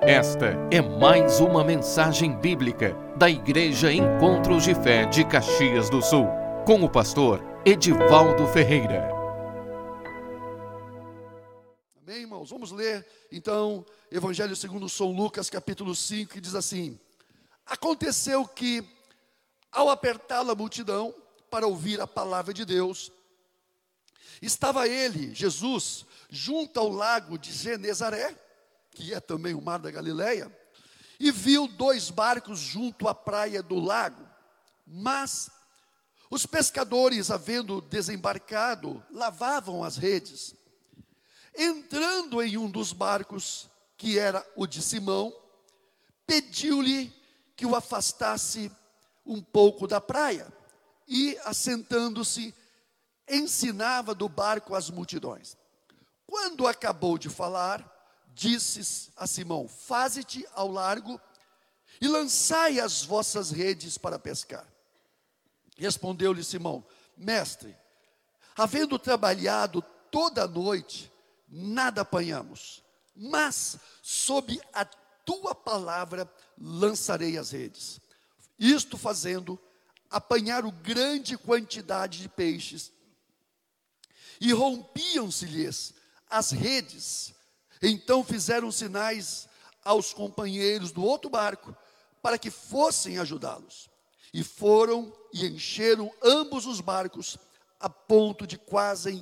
Esta é mais uma mensagem bíblica da Igreja Encontros de Fé de Caxias do Sul, com o pastor Edivaldo Ferreira. Amém, irmãos? Vamos ler, então, Evangelho segundo São Lucas, capítulo 5, que diz assim: Aconteceu que, ao apertá-la a multidão para ouvir a palavra de Deus, estava ele, Jesus, junto ao lago de Genezaré, que é também o mar da Galileia, e viu dois barcos junto à praia do lago. Mas os pescadores, havendo desembarcado, lavavam as redes. Entrando em um dos barcos, que era o de Simão, pediu-lhe que o afastasse um pouco da praia, e, assentando-se, ensinava do barco as multidões. Quando acabou de falar, disse a Simão: Faze-te ao largo e lançai as vossas redes para pescar. Respondeu-lhe Simão: Mestre, havendo trabalhado toda a noite, nada apanhamos, mas sob a tua palavra lançarei as redes. Isto fazendo, apanharam grande quantidade de peixes, e rompiam-se-lhes as redes. Então fizeram sinais aos companheiros do outro barco, para que fossem ajudá-los. E foram e encheram ambos os barcos, a ponto de quase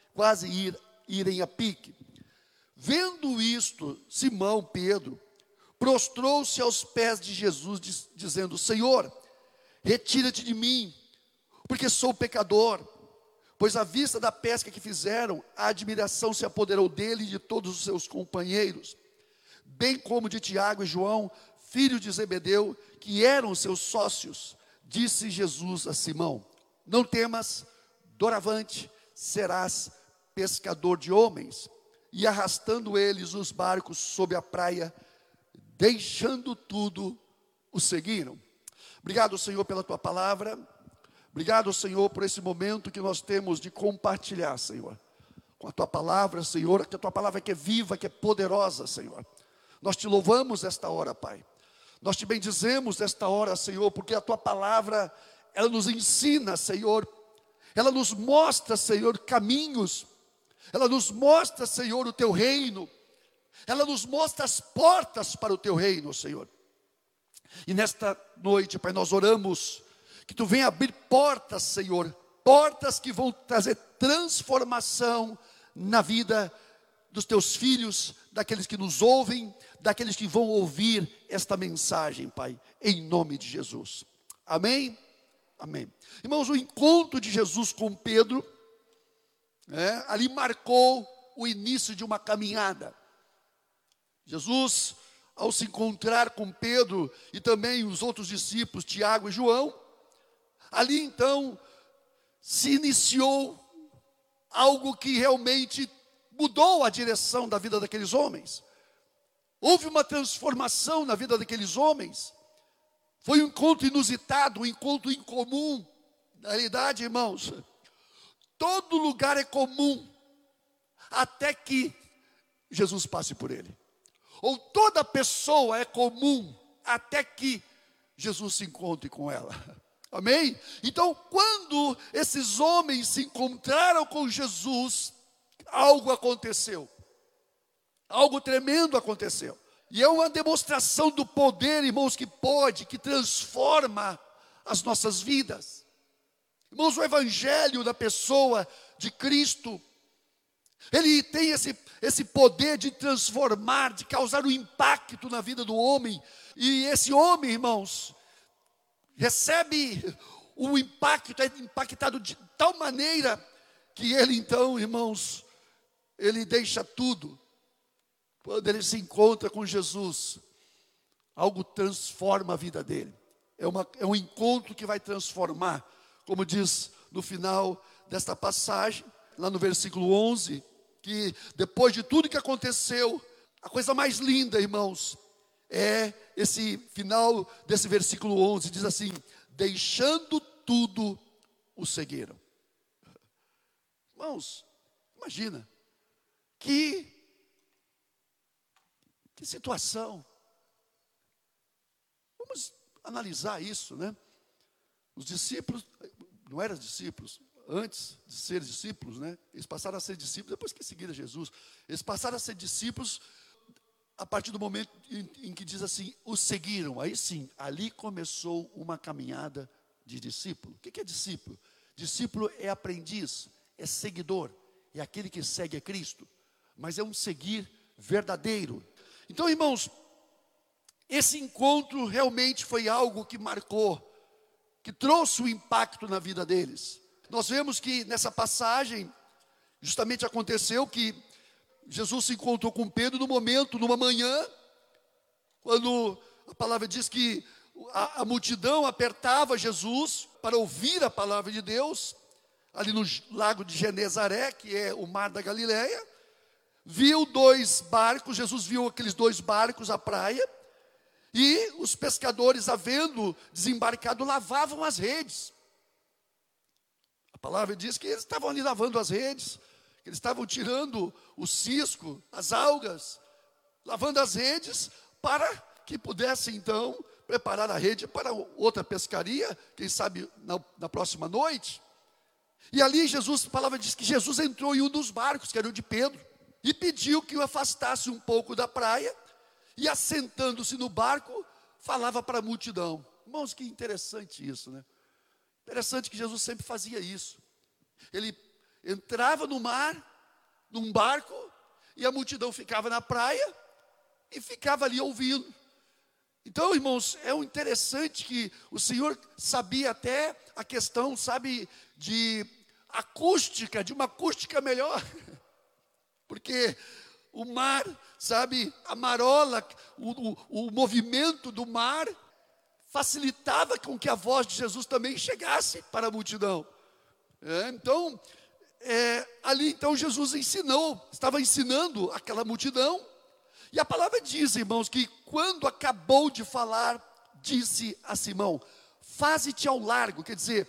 irem a pique. Vendo isto, Simão Pedro prostrou-se aos pés de Jesus, dizendo: Senhor, retira-te de mim, porque sou pecador. Pois à vista da pesca que fizeram, a admiração se apoderou dele e de todos os seus companheiros, bem como de Tiago e João, filhos de Zebedeu, que eram seus sócios. Disse Jesus a Simão: Não temas, doravante serás pescador de homens. E arrastando eles os barcos sobre a praia, deixando tudo, o seguiram. Obrigado, Senhor, pela tua palavra. Obrigado, Senhor, por esse momento que nós temos de compartilhar, Senhor, com a tua palavra, Senhor, que a tua palavra que é viva, que é poderosa, Senhor. Nós te louvamos esta hora, Pai. Nós te bendizemos esta hora, Senhor, porque a tua palavra, ela nos ensina, Senhor. Ela nos mostra, Senhor, caminhos. Ela nos mostra, Senhor, o teu reino. Ela nos mostra as portas para o teu reino, Senhor. E nesta noite, Pai, nós oramos que tu venha abrir portas, Senhor, portas que vão trazer transformação na vida dos teus filhos, daqueles que nos ouvem, daqueles que vão ouvir esta mensagem, Pai, em nome de Jesus. Amém? Amém. Irmãos, o encontro de Jesus com Pedro, ali marcou o início de uma caminhada. Jesus, ao se encontrar com Pedro e também os outros discípulos, Tiago e João, ali então se iniciou algo que realmente mudou a direção da vida daqueles homens. Houve uma transformação na vida daqueles homens. Foi um encontro inusitado, um encontro incomum. Na realidade, irmãos, todo lugar é comum até que Jesus passe por ele. Ou toda pessoa é comum até que Jesus se encontre com ela. Amém? Então, quando esses homens se encontraram com Jesus, algo aconteceu. Algo tremendo aconteceu. E é uma demonstração do poder, irmãos, que transforma as nossas vidas. Irmãos, o evangelho da pessoa de Cristo, ele tem esse poder de transformar, de causar um impacto na vida do homem. E esse homem, irmãos, recebe o impacto, é impactado de tal maneira que ele então, irmãos, ele deixa tudo. Quando ele se encontra com Jesus, algo transforma a vida dele. É um encontro que vai transformar, como diz no final desta passagem, lá no versículo 11, que depois de tudo que aconteceu, a coisa mais linda, irmãos, é esse final desse versículo 11, diz assim: deixando tudo, o seguiram. Irmãos, imagina, que situação. Vamos analisar isso, né? Os discípulos, não eram discípulos, antes de ser discípulos, né? Eles passaram a ser discípulos depois que seguiram Jesus. Eles passaram a ser discípulos a partir do momento em que diz assim, os seguiram. Aí sim, ali começou uma caminhada de discípulo. O que é discípulo? Discípulo é aprendiz, é seguidor, é aquele que segue a Cristo, mas é um seguir verdadeiro. Então, irmãos, esse encontro realmente foi algo que marcou, que trouxe um impacto na vida deles. Nós vemos que nessa passagem, justamente aconteceu que Jesus se encontrou com Pedro no momento, numa manhã, quando a palavra diz que a multidão apertava Jesus para ouvir a palavra de Deus, ali no lago de Genezaré, que é o mar da Galileia. Viu 2 barcos, Jesus viu aqueles 2 barcos à praia, e os pescadores, havendo desembarcado, lavavam as redes. A palavra diz que eles estavam ali lavando as redes, que eles estavam tirando o cisco, as algas, lavando as redes, para que pudessem então preparar a rede para outra pescaria, quem sabe na próxima noite. E ali Jesus, a palavra diz que Jesus entrou em um dos barcos, que era o de Pedro, e pediu que o afastasse um pouco da praia, e assentando-se no barco, falava para a multidão. Irmãos, que interessante isso, né? Interessante que Jesus sempre fazia isso. Ele entrava no mar, num barco, e a multidão ficava na praia, e ficava ali ouvindo. Então, irmãos, é interessante que o Senhor sabia até a questão, sabe, de acústica, de uma acústica melhor. Porque o mar, sabe, a marola, o movimento do mar facilitava com que a voz de Jesus também chegasse para a multidão. Então, ali então Jesus estava ensinando aquela multidão. E a palavra diz, irmãos, que quando acabou de falar, disse a Simão, faze-te ao largo, quer dizer,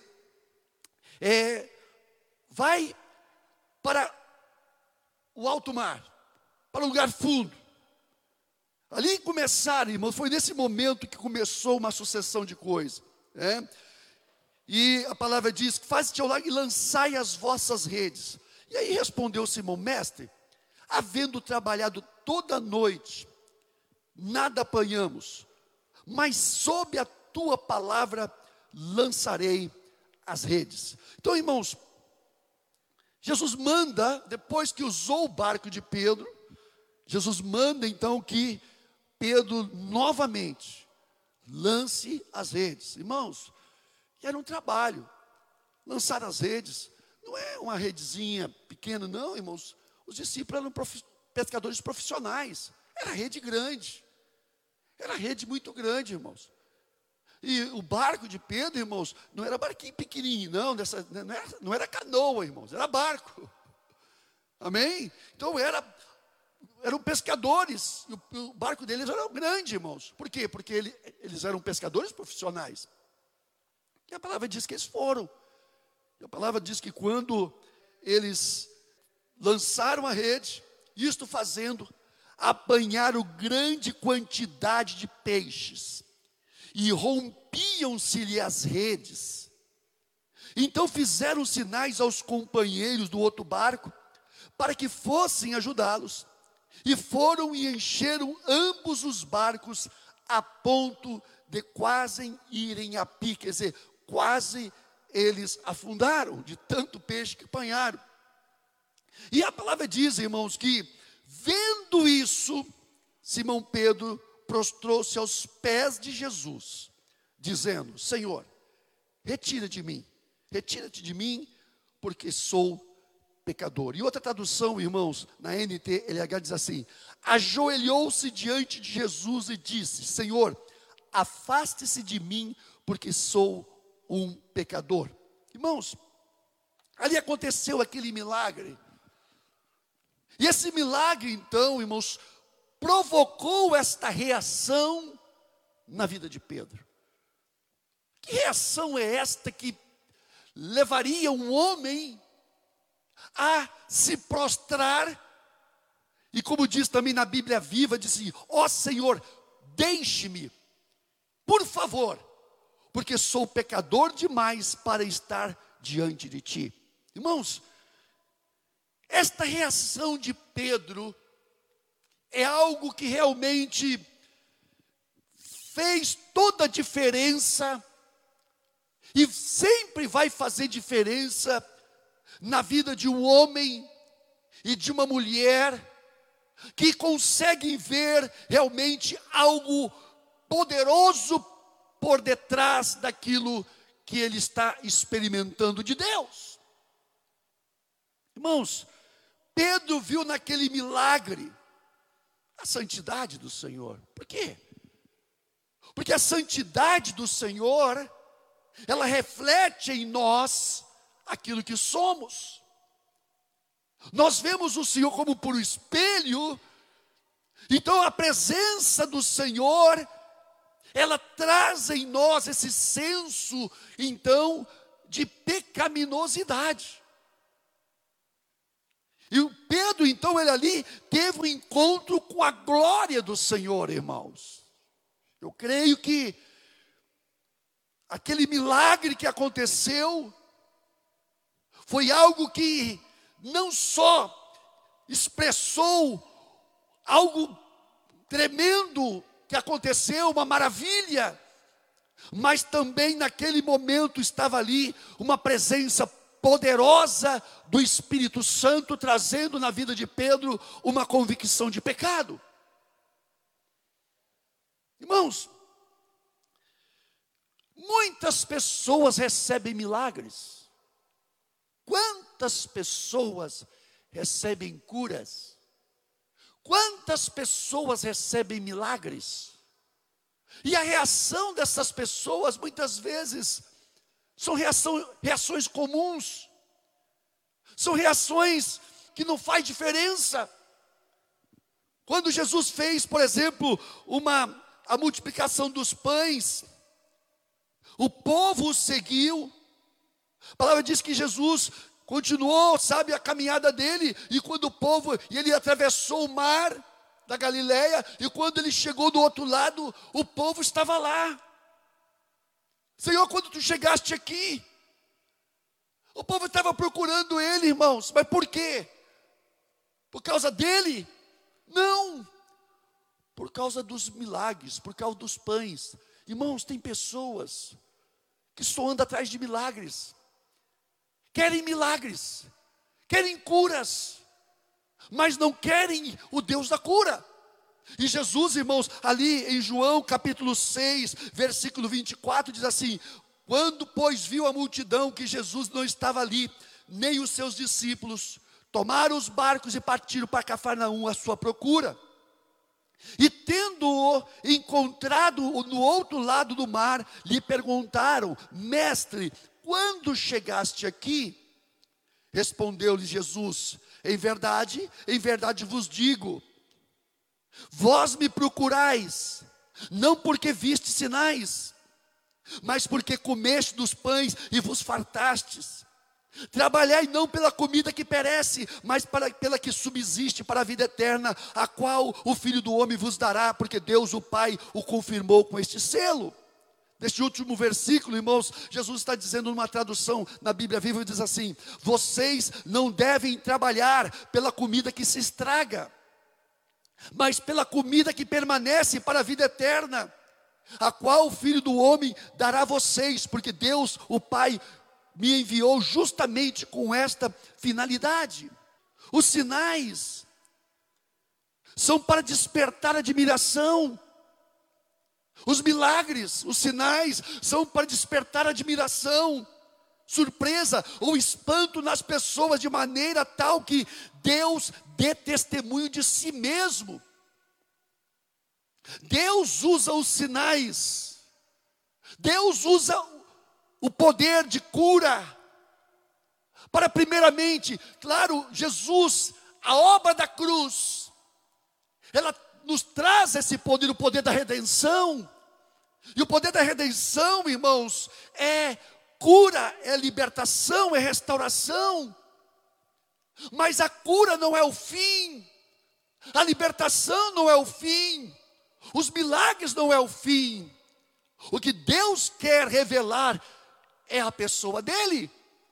vai para o alto mar, para o lugar fundo. Ali começaram, irmãos, foi nesse momento que começou uma sucessão de coisas. E a palavra diz, faze-te ao largo e lançai as vossas redes. E aí respondeu Simão, mestre, havendo trabalhado toda a noite, nada apanhamos, mas sob a tua palavra lançarei as redes. Então, irmãos, Jesus manda, depois que usou o barco de Pedro, Jesus manda então que Pedro novamente lance as redes. Irmãos, era um trabalho, lançar as redes, não é uma redezinha pequena, não, irmãos. Os discípulos eram pescadores profissionais, era rede grande, era rede muito grande, irmãos. E o barco de Pedro, irmãos, não era barquinho pequenininho, não era canoa, irmãos, era barco. Amém? Então eram pescadores, e o barco deles era grande, irmãos. Por quê? Porque eles eram pescadores profissionais. E a palavra diz que eles foram. E a palavra diz que quando eles lançaram a rede, isto fazendo, apanharam grande quantidade de peixes, e rompiam-se-lhe as redes. Então fizeram sinais aos companheiros do outro barco, para que fossem ajudá-los. E foram e encheram ambos os barcos, a ponto de quase irem a pique, quer dizer, quase eles afundaram, de tanto peixe que apanharam. E a palavra diz, irmãos, que vendo isso, Simão Pedro prostrou-se aos pés de Jesus, dizendo, Senhor, retira-te de mim, porque sou pecador. E outra tradução, irmãos, na NTLH diz assim, ajoelhou-se diante de Jesus e disse, Senhor, afaste-se de mim, porque sou um pecador. Irmãos, ali aconteceu aquele milagre. E esse milagre, então, irmãos, provocou esta reação na vida de Pedro. Que reação é esta que levaria um homem a se prostrar? E como diz também na Bíblia Viva, diz assim, ó Senhor, deixe-me por favor, porque sou pecador demais para estar diante de ti. Irmãos, esta reação de Pedro é algo que realmente fez toda a diferença e sempre vai fazer diferença na vida de um homem e de uma mulher que conseguem ver realmente algo poderoso por detrás daquilo que ele está experimentando de Deus. Irmãos, Pedro viu naquele milagre a santidade do Senhor. Por quê? Porque a santidade do Senhor, ela reflete em nós aquilo que somos. Nós vemos o Senhor como por um espelho, então a presença do Senhor, ela traz em nós esse senso, então, de pecaminosidade. E o Pedro, então, ele ali teve um encontro com a glória do Senhor, irmãos. Eu creio que aquele milagre que aconteceu foi algo que não só expressou algo tremendo que aconteceu, uma maravilha, mas também naquele momento estava ali uma presença poderosa do Espírito Santo, trazendo na vida de Pedro uma convicção de pecado. Irmãos, muitas pessoas recebem milagres. Quantas pessoas recebem curas? Quantas pessoas recebem milagres? E a reação dessas pessoas, muitas vezes, são reações comuns. São reações que não faz diferença. Quando Jesus fez, por exemplo, a multiplicação dos pães, o povo o seguiu. A palavra diz que Jesus continuou, a caminhada dele, e quando o povo, e ele atravessou o mar da Galileia, e quando ele chegou do outro lado, o povo estava lá. Senhor, quando tu chegaste aqui, o povo estava procurando ele, irmãos, mas por quê? Por causa dele? Não, por causa dos milagres, por causa dos pães. Irmãos, tem pessoas que só andam atrás de milagres, querem milagres, querem curas, mas não querem o Deus da cura. E Jesus, irmãos, ali em João capítulo 6, versículo 24, diz assim: quando, pois, viu a multidão que Jesus não estava ali, nem os seus discípulos, tomaram os barcos e partiram para Cafarnaum à sua procura. E tendo-o encontrado no outro lado do mar, lhe perguntaram: mestre, quando chegaste aqui? Respondeu-lhe Jesus: em verdade vos digo, vós me procurais, não porque viste sinais, mas porque comeste dos pães e vos fartastes. Trabalhai não pela comida que perece, mas pela que subsiste para a vida eterna, a qual o Filho do Homem vos dará, porque Deus o Pai o confirmou com este selo. Neste último versículo, irmãos, Jesus está dizendo numa tradução na Bíblia Viva, diz assim: vocês não devem trabalhar pela comida que se estraga, mas pela comida que permanece para a vida eterna, a qual o Filho do Homem dará a vocês, porque Deus, o Pai, me enviou justamente com esta finalidade. Os sinais são para despertar admiração. Os milagres, os sinais são para despertar admiração, surpresa ou espanto nas pessoas, de maneira tal que Deus dê testemunho de si mesmo. Deus usa os sinais, Deus usa o poder de cura, para primeiramente, claro, Jesus, a obra da cruz, ela nos traz esse poder, o poder da redenção. E o poder da redenção, irmãos, é cura, é libertação, é restauração. Mas a cura não é o fim, a libertação não é o fim, os milagres não é o fim. O que Deus quer revelar é a pessoa dele.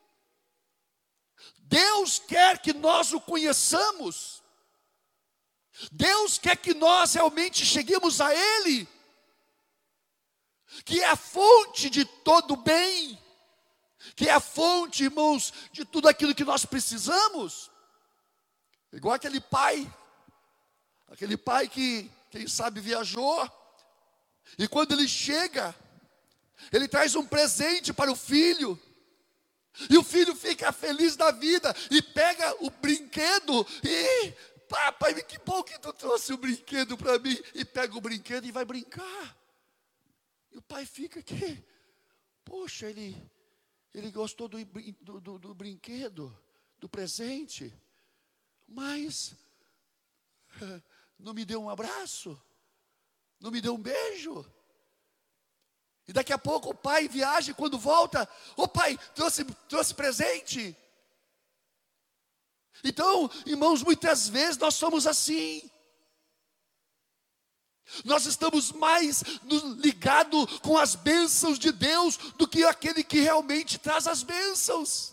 Deus quer que nós o conheçamos. Deus quer que nós realmente cheguemos a Ele, que é a fonte de todo bem, que é a fonte, irmãos, de tudo aquilo que nós precisamos. Igual aquele pai que, quem sabe, viajou, e quando ele chega, ele traz um presente para o filho, e o filho fica feliz da vida, e pega o brinquedo, e, papai, que bom que tu trouxe o brinquedo para mim, e pega o brinquedo e vai brincar. E o pai fica aqui, poxa, ele gostou do brinquedo, do presente, mas não me deu um abraço, não me deu um beijo. E daqui a pouco o pai viaja e quando volta, ô pai, trouxe presente. Então, irmãos, muitas vezes nós somos assim. Nós estamos mais ligados com as bênçãos de Deus do que aquele que realmente traz as bênçãos.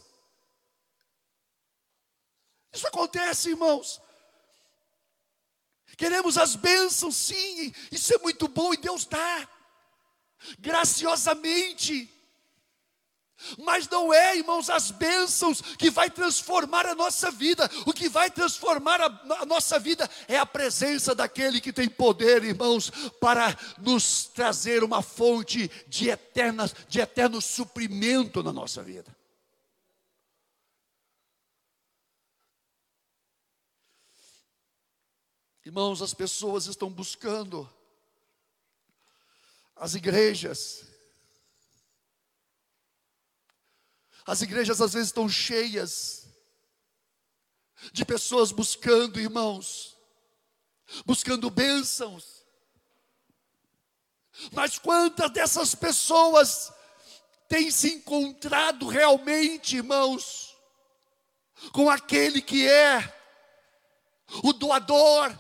Isso acontece, irmãos. Queremos as bênçãos, sim, isso é muito bom e Deus dá, graciosamente. Mas não é, irmãos, as bênçãos que vai transformar a nossa vida. O que vai transformar a nossa vida é a presença daquele que tem poder, irmãos, para nos trazer uma fonte de eterno suprimento na nossa vida. Irmãos, as pessoas estão buscando as igrejas. As igrejas às vezes estão cheias de pessoas buscando, irmãos, buscando bênçãos. Mas quantas dessas pessoas têm se encontrado realmente, irmãos, com aquele que é o doador?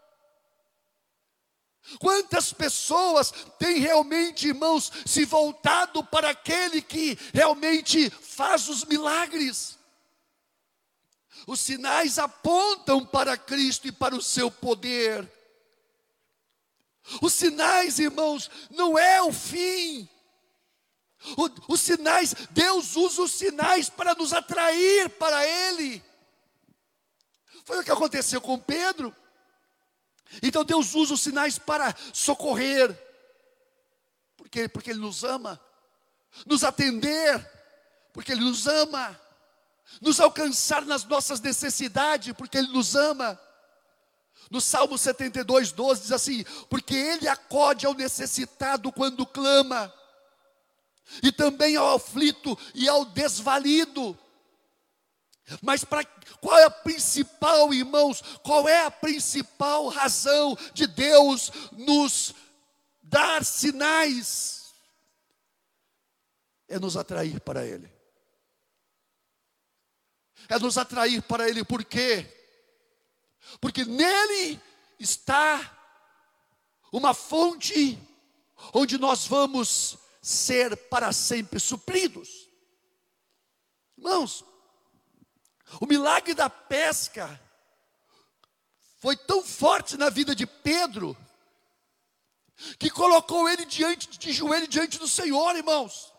Quantas pessoas têm realmente, irmãos, se voltado para aquele que realmente faz os milagres? Os sinais apontam para Cristo e para o seu poder. Os sinais, irmãos, não é o fim. Os sinais, Deus usa os sinais para nos atrair para Ele. Foi o que aconteceu com Pedro. Então Deus usa os sinais para socorrer, porque Ele nos ama, nos atender, porque Ele nos ama, nos alcançar nas nossas necessidades, porque Ele nos ama. No Salmo 72:12 diz assim: porque Ele acode ao necessitado quando clama, e também ao aflito e ao desvalido. Mas qual é a principal, irmãos, qual é a principal razão de Deus nos dar sinais? É nos atrair para Ele. É nos atrair para Ele, por quê? Porque nele está uma fonte onde nós vamos ser para sempre supridos. Irmãos, o milagre da pesca foi tão forte na vida de Pedro, que colocou ele de joelho diante do Senhor, irmãos.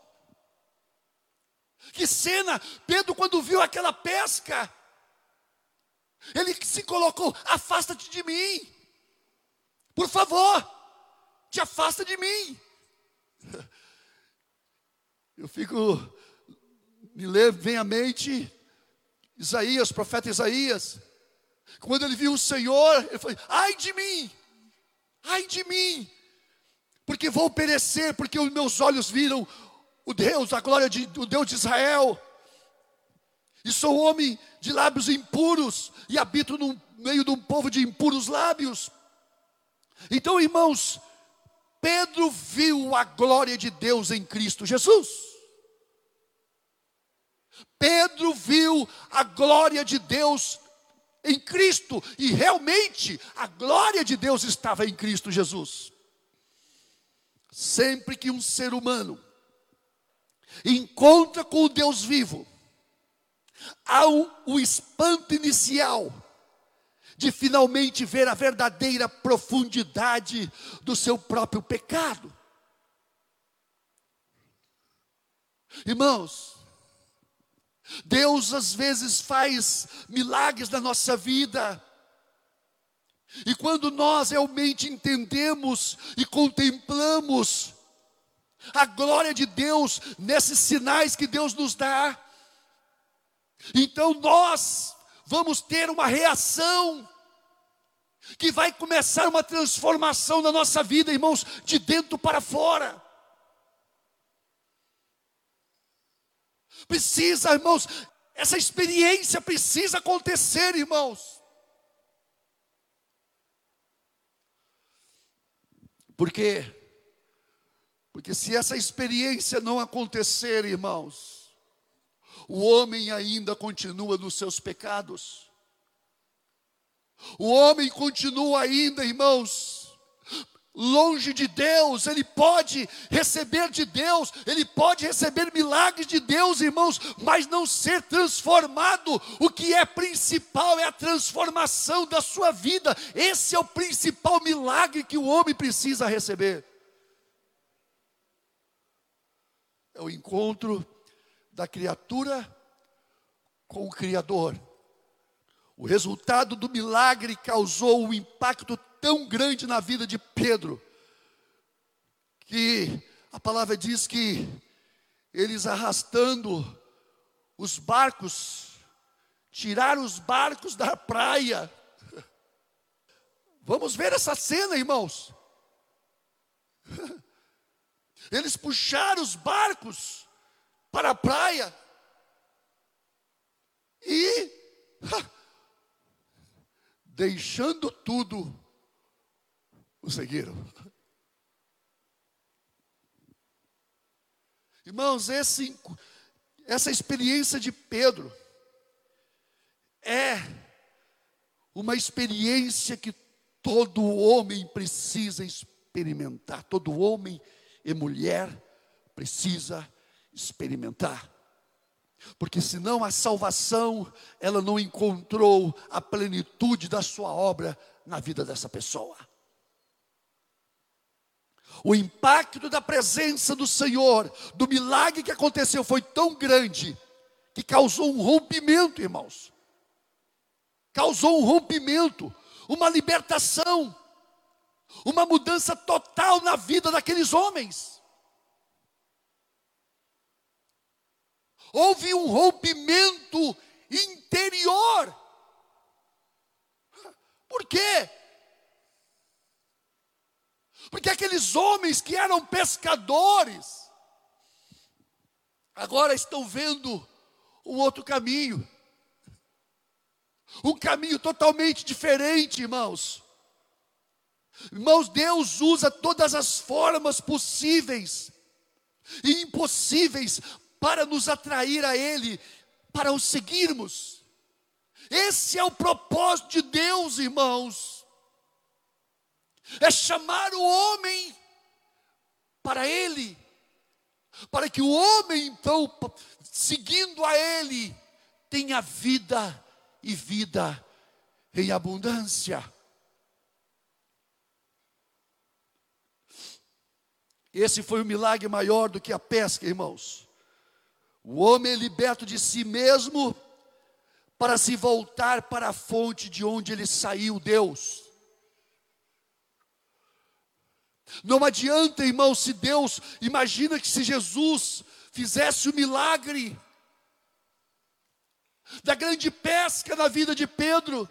Que cena! Pedro, quando viu aquela pesca, ele se colocou: afasta-te de mim, por favor, te afasta de mim. Vem à mente Isaías, profeta Isaías, quando ele viu o Senhor, ele falou: ai de mim, porque vou perecer, porque os meus olhos viram o Deus, a glória do Deus de Israel, e sou homem de lábios impuros, e habito no meio de um povo de impuros lábios. Então, irmãos, Pedro viu a glória de Deus em Cristo Jesus. Pedro viu a glória de Deus em Cristo, e realmente a glória de Deus estava em Cristo Jesus. Sempre que um ser humano encontra com o Deus vivo, há o espanto inicial de finalmente ver a verdadeira profundidade do seu próprio pecado. Irmãos, Deus às vezes faz milagres na nossa vida, e quando nós realmente entendemos e contemplamos a glória de Deus nesses sinais que Deus nos dá, então nós vamos ter uma reação que vai começar uma transformação na nossa vida, irmãos, de dentro para fora. Precisa, irmãos, essa experiência precisa acontecer, irmãos. Por quê? Porque se essa experiência não acontecer, irmãos, o homem ainda continua nos seus pecados. O homem continua ainda, irmãos, longe de Deus. Ele pode receber de Deus, ele pode receber milagres de Deus, irmãos, mas não ser transformado. O que é principal é a transformação da sua vida. Esse é o principal milagre que o homem precisa receber. É o encontro da criatura com o Criador. O resultado do milagre causou um impacto tão grande na vida de Pedro, que a palavra diz que eles arrastando os barcos, tiraram os barcos da praia. Vamos ver essa cena, irmãos. Eles puxaram os barcos para a praia e, deixando tudo, o seguiram. Irmãos, essa experiência de Pedro é uma experiência que todo homem precisa experimentar. Todo homem e mulher precisa experimentar. Porque senão a salvação, ela não encontrou a plenitude da sua obra na vida dessa pessoa. O impacto da presença do Senhor, do milagre que aconteceu, foi tão grande, que causou um rompimento, irmãos. Causou um rompimento, uma libertação, uma mudança total na vida daqueles homens. Houve um rompimento interior. Por quê? Porque aqueles homens que eram pescadores, agora estão vendo um outro caminho. Um caminho totalmente diferente, irmãos. Irmãos, Deus usa todas as formas possíveis e impossíveis para nos atrair a Ele, para o seguirmos. Esse é o propósito de Deus, irmãos. É chamar o homem para Ele, para que o homem, então, seguindo a Ele, tenha vida e vida em abundância. Esse foi o milagre maior do que a pesca, irmãos. O homem é liberto de si mesmo para se voltar para a fonte de onde ele saiu, Deus. Não adianta, irmão, se Deus, imagina que se Jesus fizesse o milagre da grande pesca na vida de Pedro,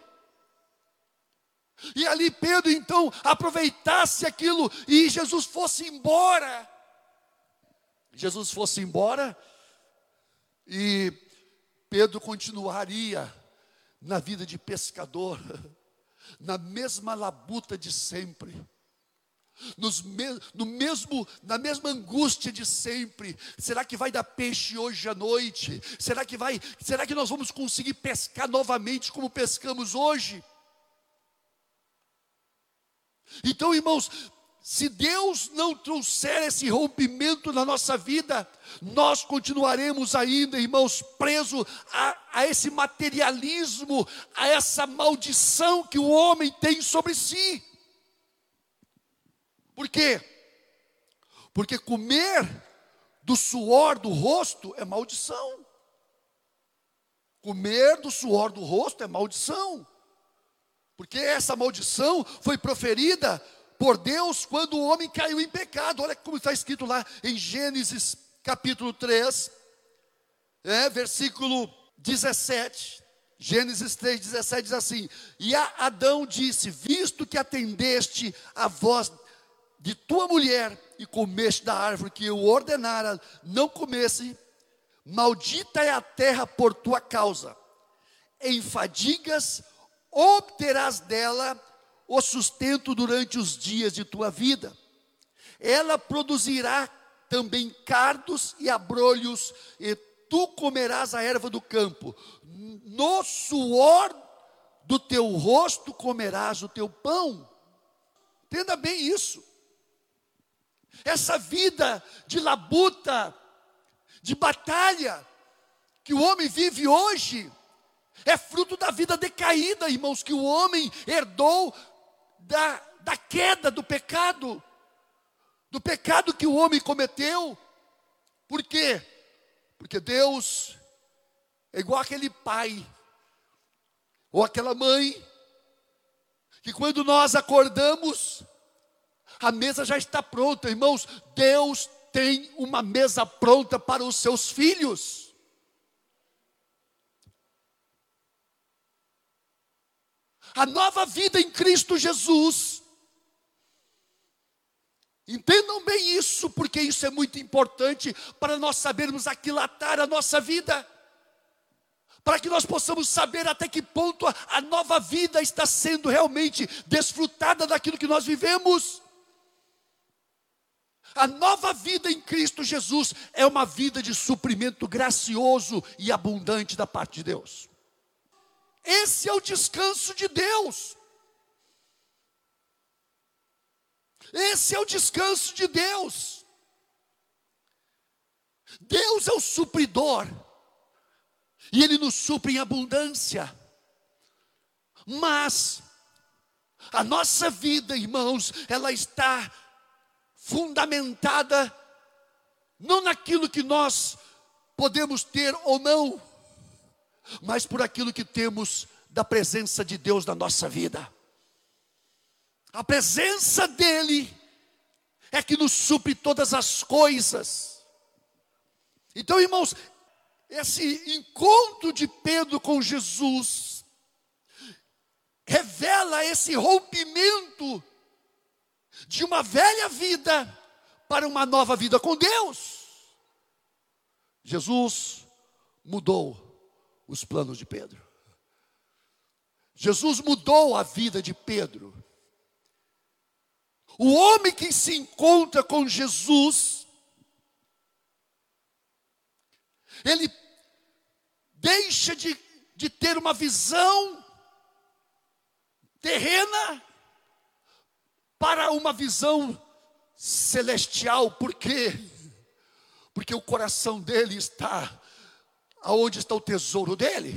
e ali Pedro então aproveitasse aquilo e Jesus fosse embora. Jesus fosse embora e Pedro continuaria na vida de pescador, na mesma labuta de sempre. Na mesma angústia de sempre. Será que vai dar peixe hoje à noite? Será que nós vamos conseguir pescar novamente como pescamos hoje? Então, irmãos, se Deus não trouxer esse rompimento na nossa vida, nós continuaremos ainda, irmãos, presos a esse materialismo, a essa maldição que o homem tem sobre si. Por quê? Porque comer do suor do rosto é maldição. Comer do suor do rosto é maldição. Porque essa maldição foi proferida por Deus quando o homem caiu em pecado. Olha como está escrito lá em Gênesis capítulo 3, versículo 17. Gênesis 3:17 diz assim: e Adão disse: visto que atendeste a voz de tua mulher e comeste da árvore que eu ordenara não comesse, maldita é a terra por tua causa. Em fadigas obterás dela o sustento durante os dias de tua vida. Ela produzirá também cardos e abrolhos, e tu comerás a erva do campo. No suor do teu rosto comerás o teu pão. Entenda bem isso. Essa vida de labuta, de batalha, que o homem vive hoje, é fruto da vida decaída, irmãos, que o homem herdou da queda do pecado que o homem cometeu. Por quê? Porque Deus é igual aquele pai, ou aquela mãe, que quando nós acordamos, a mesa já está pronta, irmãos. Deus tem uma mesa pronta para os seus filhos. A nova vida em Cristo Jesus. Entendam bem isso, porque isso é muito importante para nós sabermos aquilatar a nossa vida. Para que nós possamos saber até que ponto a nova vida está sendo realmente desfrutada daquilo que nós vivemos. A nova vida em Cristo Jesus é uma vida de suprimento gracioso e abundante da parte de Deus. Esse é o descanso de Deus. Esse é o descanso de Deus. Deus é o supridor, e Ele nos supre em abundância. Mas a nossa vida, irmãos, ela está fundamentada não naquilo que nós podemos ter ou não, mas por aquilo que temos da presença de Deus na nossa vida. A presença dEle é que nos supre todas as coisas. Então, irmãos, esse encontro de Pedro com Jesus revela esse rompimento de uma velha vida para uma nova vida com Deus. Jesus mudou os planos de Pedro. Jesus mudou a vida de Pedro. O homem que se encontra com Jesus, ele deixa de ter uma visão terrena para uma visão celestial. Por quê? Porque o coração dele está aonde está o tesouro dele.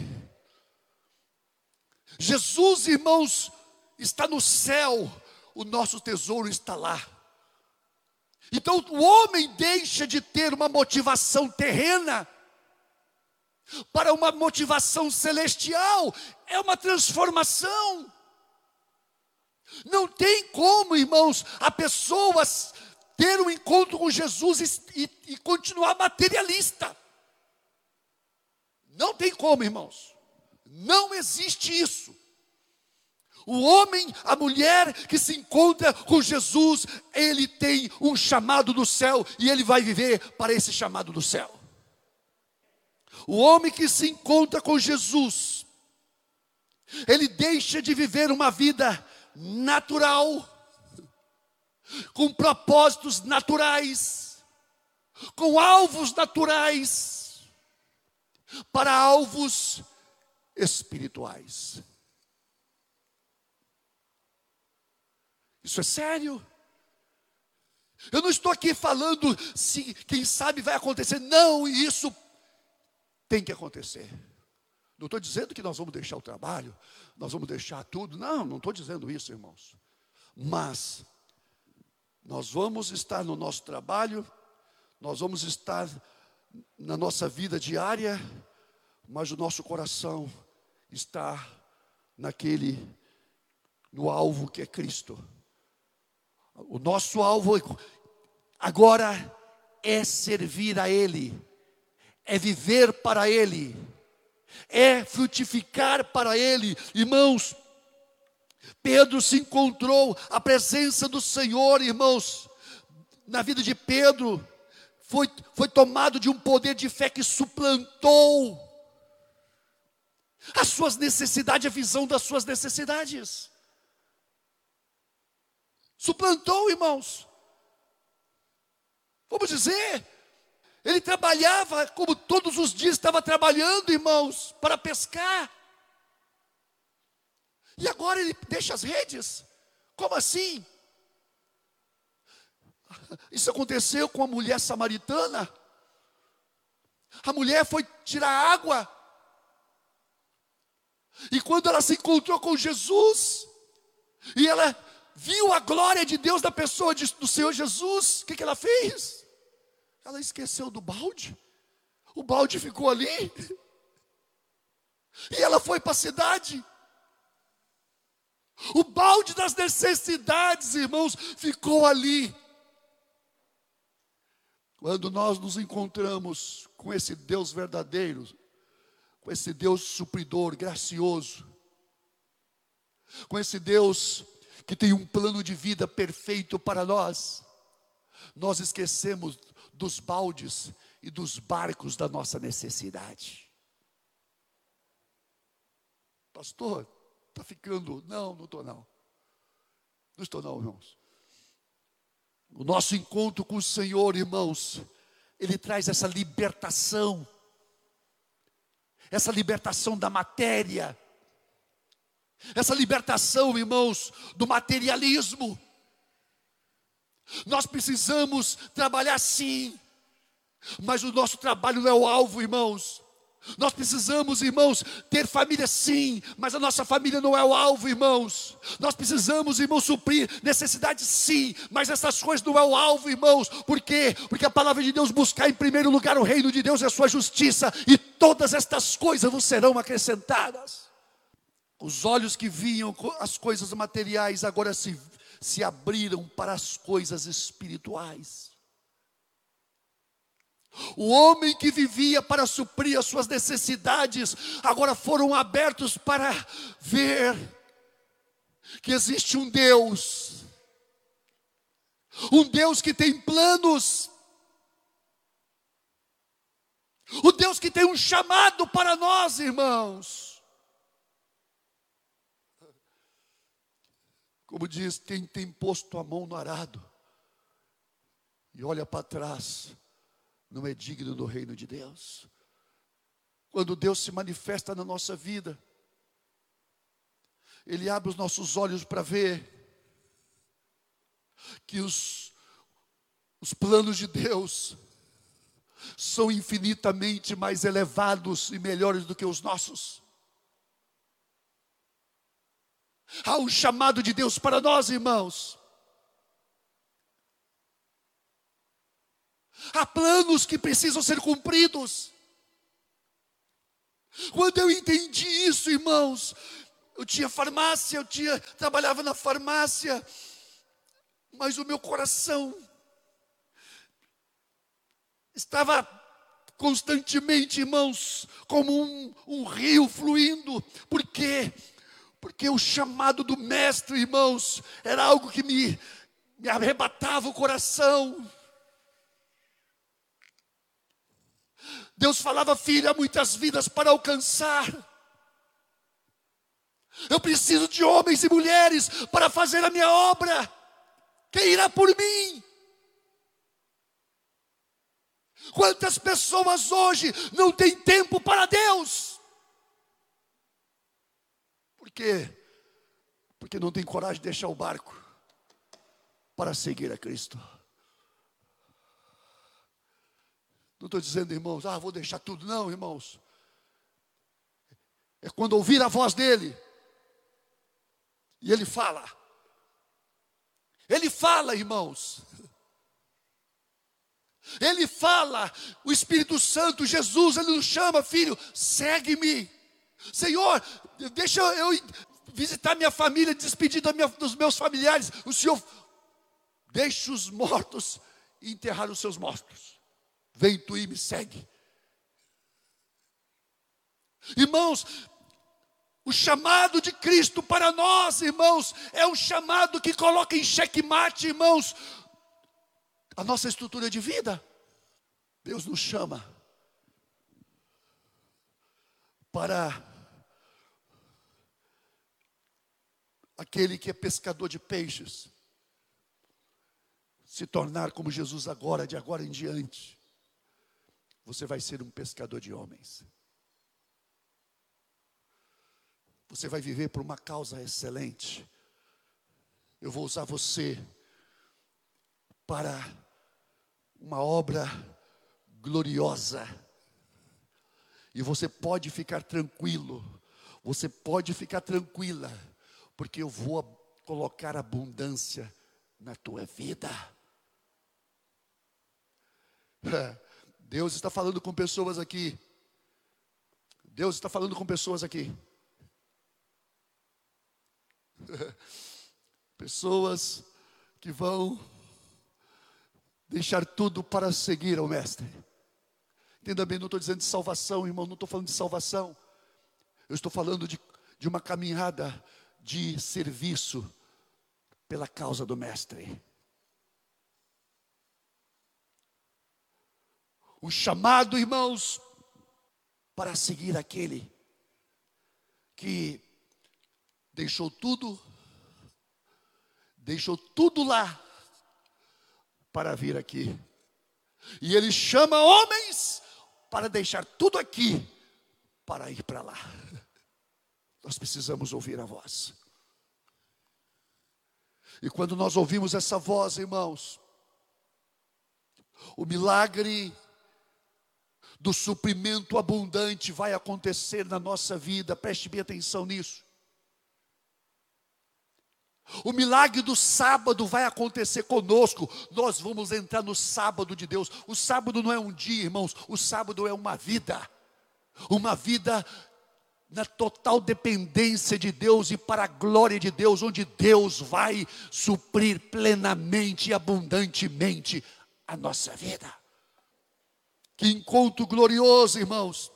Jesus, irmãos, está no céu, o nosso tesouro está lá. Então o homem deixa de ter uma motivação terrena para uma motivação celestial. É uma transformação. Não tem como, irmãos, a pessoa ter um encontro com Jesus e continuar materialista. Não tem como, irmãos. Não existe isso. O homem, a mulher que se encontra com Jesus, ele tem um chamado do céu e ele vai viver para esse chamado do céu. O homem que se encontra com Jesus, ele deixa de viver uma vida natural, com propósitos naturais, com alvos naturais, para alvos espirituais. Isso é sério. Eu não estou aqui falando se, quem sabe, vai acontecer. Não, isso tem que acontecer. Não estou dizendo que nós vamos deixar o trabalho, nós vamos deixar tudo. Não, não estou dizendo isso, irmãos. Mas nós vamos estar no nosso trabalho, nós vamos estar na nossa vida diária, mas o nosso coração está no alvo que é Cristo. O nosso alvo agora é servir a Ele, é viver para Ele, é frutificar para Ele. Irmãos, Pedro se encontrou a presença do Senhor, irmãos. Na vida de Pedro, foi tomado de um poder de fé que suplantou as suas necessidades, a visão das suas necessidades. Suplantou, irmãos. Vamos dizer, ele trabalhava como todos os dias estava trabalhando, irmãos, para pescar. E agora ele deixa as redes? Como assim? Isso aconteceu com a mulher samaritana. A mulher foi tirar água. E quando ela se encontrou com Jesus, e ela viu a glória de Deus na pessoa do Senhor Jesus, o que ela fez? Ela esqueceu do balde. O balde ficou ali. E ela foi para a cidade. O balde das necessidades, irmãos, ficou ali. Quando nós nos encontramos com esse Deus verdadeiro, com esse Deus supridor, gracioso, com esse Deus que tem um plano de vida perfeito para nós, nós esquecemos dos baldes e dos barcos da nossa necessidade. Pastor, está ficando... Não, não estou não. Não estou não, irmãos. O nosso encontro com o Senhor, irmãos, Ele traz essa libertação da matéria, essa libertação, irmãos, do materialismo. Nós precisamos trabalhar sim, mas o nosso trabalho não é o alvo, irmãos. Nós precisamos, irmãos, ter família sim, mas a nossa família não é o alvo, irmãos. Nós precisamos, irmãos, suprir necessidades sim, mas essas coisas não é o alvo, irmãos. Por quê? Porque a palavra de Deus buscar em primeiro lugar o reino de Deus e a sua justiça, e todas estas coisas vos serão acrescentadas. Os olhos que viam as coisas materiais agora se abriram para as coisas espirituais. O homem que vivia para suprir as suas necessidades, agora foram abertos para ver que existe um Deus que tem planos, o Deus que tem um chamado para nós, irmãos. Como diz, quem tem posto a mão no arado e olha para trás, não é digno do reino de Deus. Quando Deus se manifesta na nossa vida, Ele abre os nossos olhos para ver que os planos de Deus são infinitamente mais elevados e melhores do que os nossos. Há um chamado de Deus para nós, irmãos. Há planos que precisam ser cumpridos. Quando eu entendi isso, irmãos, eu tinha farmácia, trabalhava na farmácia, mas o meu coração estava constantemente, irmãos, como um rio fluindo. Por quê? Porque o chamado do mestre, irmãos, era algo que me arrebatava o coração. Deus falava: filho, há muitas vidas para alcançar. Eu preciso de homens e mulheres para fazer a minha obra. Quem irá por mim? Quantas pessoas hoje não têm tempo para Deus? Por quê? Porque não tem coragem de deixar o barco para seguir a Cristo. Não estou dizendo, irmãos, vou deixar tudo. Não, irmãos. É quando ouvir a voz dele. E ele fala. Ele fala, irmãos. Ele fala. O Espírito Santo, Jesus, ele nos chama, filho, segue-me. Senhor, deixa eu visitar minha família, despedir dos meus familiares. O Senhor deixa os mortos e enterrar os seus mortos. Vem tu e me segue. Irmãos, o chamado de Cristo para nós, irmãos, é um chamado que coloca em xeque-mate, irmãos, a nossa estrutura de vida. Deus nos chama para aquele que é pescador de peixes se tornar como Jesus agora, de agora em diante. Você vai ser um pescador de homens. Você vai viver por uma causa excelente. Eu vou usar você para uma obra gloriosa. E você pode ficar tranquilo. Você pode ficar tranquila. Porque eu vou colocar abundância na tua vida. Deus está falando com pessoas aqui. Deus está falando com pessoas aqui. Pessoas que vão deixar tudo para seguir ao Mestre. Entenda bem, não estou dizendo de salvação, irmão, não estou falando de salvação. Eu estou falando de uma caminhada de serviço pela causa do Mestre. O chamado, irmãos, para seguir aquele que deixou tudo lá para vir aqui. E ele chama homens para deixar tudo aqui para ir para lá. Nós precisamos ouvir a voz. E quando nós ouvimos essa voz, irmãos, o milagre do suprimento abundante vai acontecer na nossa vida. Preste bem atenção nisso. O milagre do sábado vai acontecer conosco. Nós vamos entrar no sábado de Deus. O sábado não é um dia, irmãos. O sábado é uma vida. Uma vida na total dependência de Deus e para a glória de Deus, onde Deus vai suprir plenamente e abundantemente a nossa vida. Que encontro glorioso, irmãos.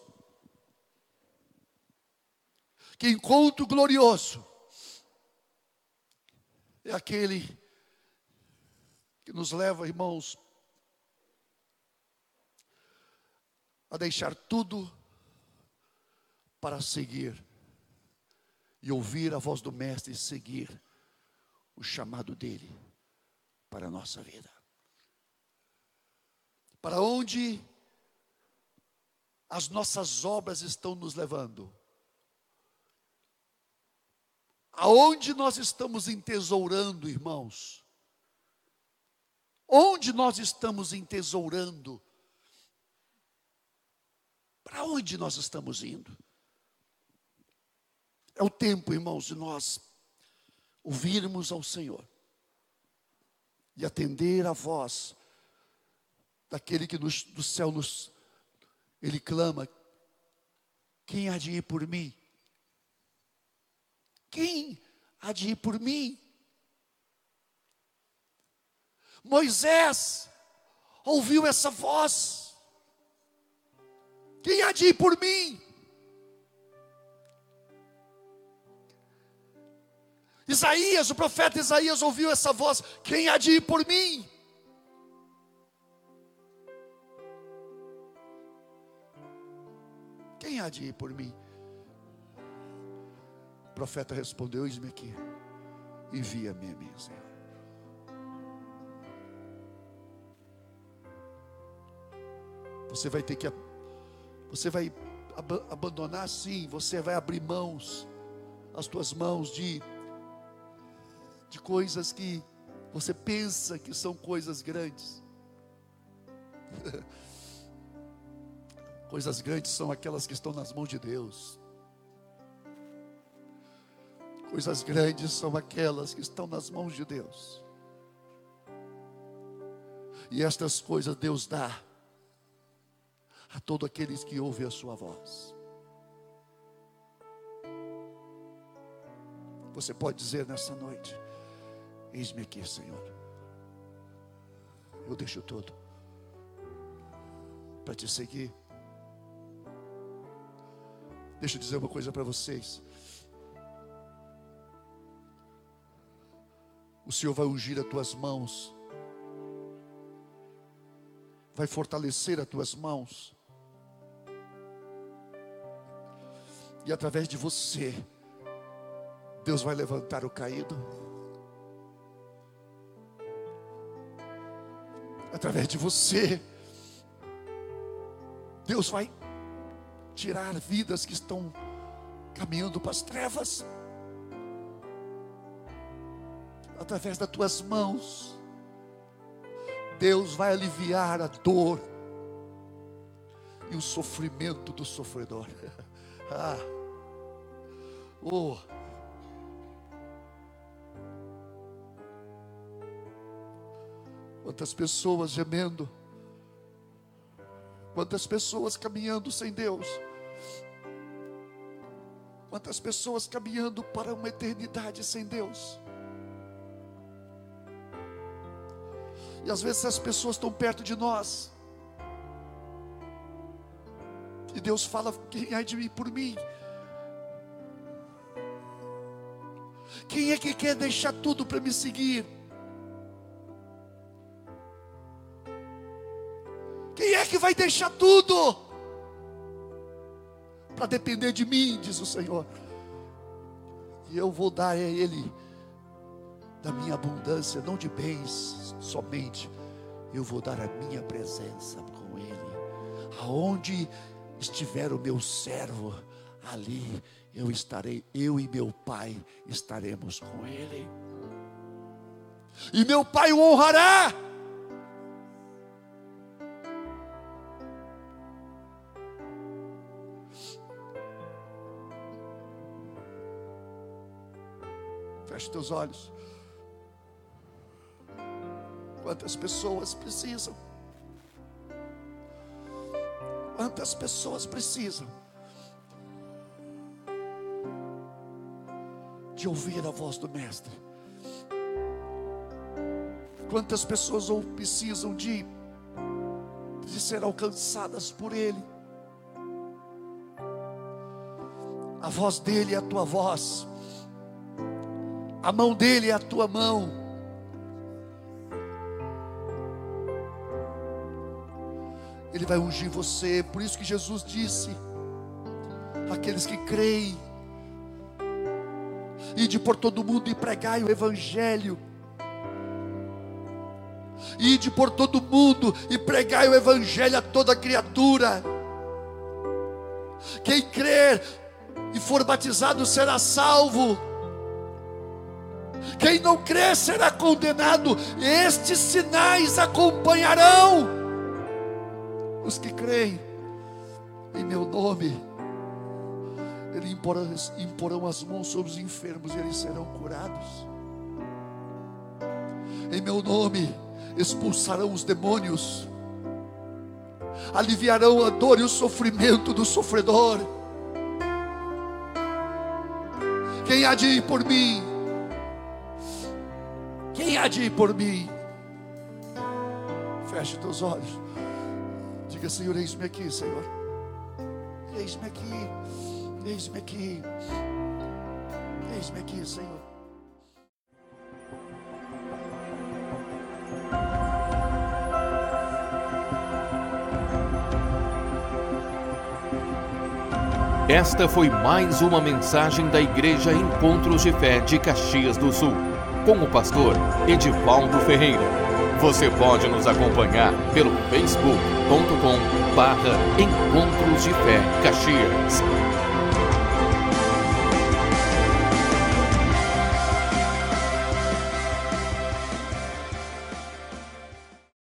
Que encontro glorioso. É aquele que nos leva, irmãos, a deixar tudo para seguir e ouvir a voz do Mestre e seguir o chamado dele para a nossa vida. Para onde as nossas obras estão nos levando? Aonde nós estamos entesourando, irmãos? Onde nós estamos entesourando? Para onde nós estamos indo? É o tempo, irmãos, de nós ouvirmos ao Senhor e atender a voz daquele que do céu ele clama: quem há de ir por mim? Quem há de ir por mim? Moisés ouviu essa voz: quem há de ir por mim? Isaías, o profeta Isaías ouviu essa voz: quem há de ir por mim? Quem há de ir por mim? O profeta respondeu: eis-me aqui, envia-me a mim, Senhor. Você vai ter que, você vai abandonar, sim, você vai abrir mãos, as tuas mãos de coisas que você pensa que são coisas grandes. Coisas grandes são aquelas que estão nas mãos de Deus. Coisas grandes são aquelas que estão nas mãos de Deus. E estas coisas Deus dá a todos aqueles que ouvem a sua voz. Você pode dizer nessa noite: eis-me aqui, Senhor. Eu deixo tudo para te seguir. Deixa eu dizer uma coisa para vocês. O Senhor vai ungir as tuas mãos, vai fortalecer as tuas mãos, e através de você, Deus vai levantar o caído. Através de você, Deus vai tirar vidas que estão caminhando para as trevas. Através das tuas mãos, Deus vai aliviar a dor e o sofrimento do sofredor. Quantas pessoas gemendo, quantas pessoas caminhando sem Deus, quantas pessoas caminhando para uma eternidade sem Deus. E às vezes as pessoas estão perto de nós, e Deus fala: quem há de mim por mim? Quem é que quer deixar tudo para me seguir? Quem é que vai deixar tudo para depender de mim, diz o Senhor? E eu vou dar a Ele da minha abundância, não de bens somente, eu vou dar a minha presença com Ele. Aonde estiver o meu servo, ali eu estarei, eu e meu Pai estaremos com Ele, e meu Pai o honrará. Feche teus olhos. Quantas pessoas precisam? Quantas pessoas precisam de ouvir a voz do Mestre? Quantas pessoas precisam de ser alcançadas por Ele? A voz dEle é a tua voz, a mão dEle é a tua mão. Ele vai ungir você. Por isso que Jesus disse: aqueles que creem, ide por todo mundo e pregai o Evangelho. Ide por todo mundo e pregai o Evangelho a toda criatura. Quem crer e for batizado será salvo. Quem não crer será condenado. Estes sinais acompanharão os que creem em meu nome. Eles imporão as mãos sobre os enfermos e eles serão curados. Em meu nome expulsarão os demônios, aliviarão a dor e o sofrimento do sofredor. Quem há de ir por mim? Quem há de ir por mim? Feche teus olhos. Diga: Senhor, eis-me aqui, Senhor. Eis-me aqui. Eis-me aqui. Eis-me aqui, Senhor. Esta foi mais uma mensagem da Igreja Encontros de Fé de Caxias do Sul, com o pastor Edivaldo Ferreira. Você pode nos acompanhar pelo facebook.com/Encontros de Fé Caxias.